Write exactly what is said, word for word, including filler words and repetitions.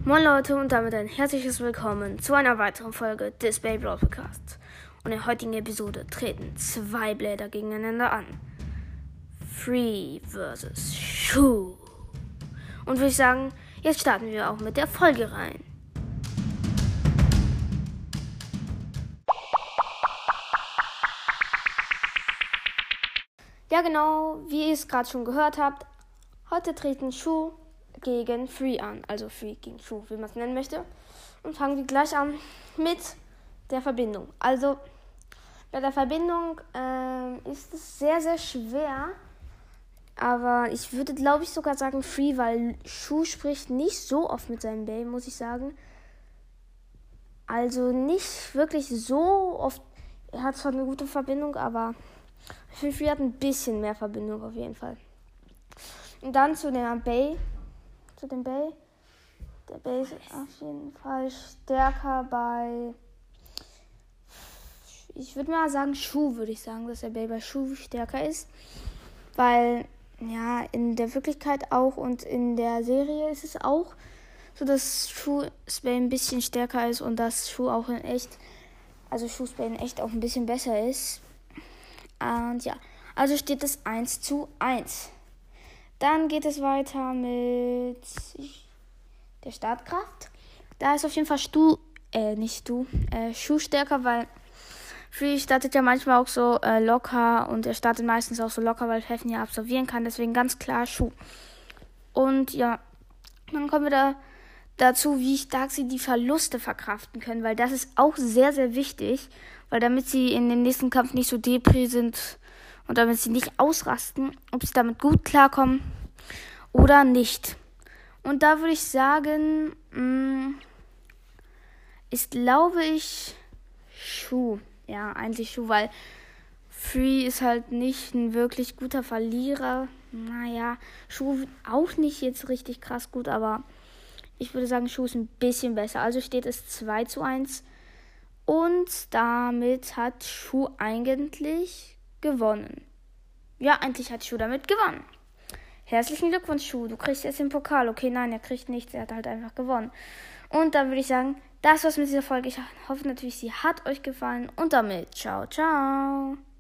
Moin Leute und damit ein herzliches Willkommen zu einer weiteren Folge des Baby Brawl Podcasts. Und in der heutigen Episode treten zwei Bläder gegeneinander an. Free versus Shu. Und würde ich sagen, jetzt starten wir auch mit der Folge rein. Ja genau, wie ihr es gerade schon gehört habt, heute treten Shu gegen Free an, also Free gegen Shu, wie man es nennen möchte. Und fangen wir gleich an mit der Verbindung. Also bei der Verbindung ähm, ist es sehr, sehr schwer, aber ich würde, glaube ich, sogar sagen Free, weil Shu spricht nicht so oft mit seinem Baby, muss ich sagen. Also nicht wirklich so oft. Er hat zwar eine gute Verbindung, aber ich finde, Free hat ein bisschen mehr Verbindung auf jeden Fall. Und dann zu der Bay. Zu dem Bay. Der Bay ist auf jeden Fall stärker bei. Ich würde mal sagen, Shu, würde ich sagen, dass der Bay bei Shu stärker ist. Weil, ja, in der Wirklichkeit auch und in der Serie ist es auch so, dass Shu's Bay ein bisschen stärker ist und dass Shu auch in echt, also Shu's Bay in echt auch ein bisschen besser ist. Und ja, also steht es eins zu eins. Dann geht es weiter mit der Startkraft. Da ist auf jeden Fall Stu, äh, nicht du, äh, Shu stärker, weil Free startet ja manchmal auch so äh, locker und er startet meistens auch so locker, weil Pfeffen ja absolvieren kann. Deswegen ganz klar Shu. Und ja, dann kommen wir da dazu, wie stark sie die Verluste verkraften können, weil das ist auch sehr, sehr wichtig, weil damit sie in dem nächsten Kampf nicht so depri sind und damit sie nicht ausrasten, ob sie damit gut klarkommen oder nicht. Und da würde ich sagen, mh, ist, glaube ich, Shu. Ja, eigentlich Shu, weil Free ist halt nicht ein wirklich guter Verlierer. Naja, Shu auch nicht jetzt richtig krass gut, aber ich würde sagen, Shu ist ein bisschen besser. Also steht es zwei zu eins. Und damit hat Shu eigentlich gewonnen. Ja, eigentlich hat Shu damit gewonnen. Herzlichen Glückwunsch, Shu. Du kriegst jetzt den Pokal. Okay, nein, er kriegt nichts. Er hat halt einfach gewonnen. Und dann würde ich sagen, das war's mit dieser Folge. Ich hoffe natürlich, sie hat euch gefallen. Und damit, ciao, ciao.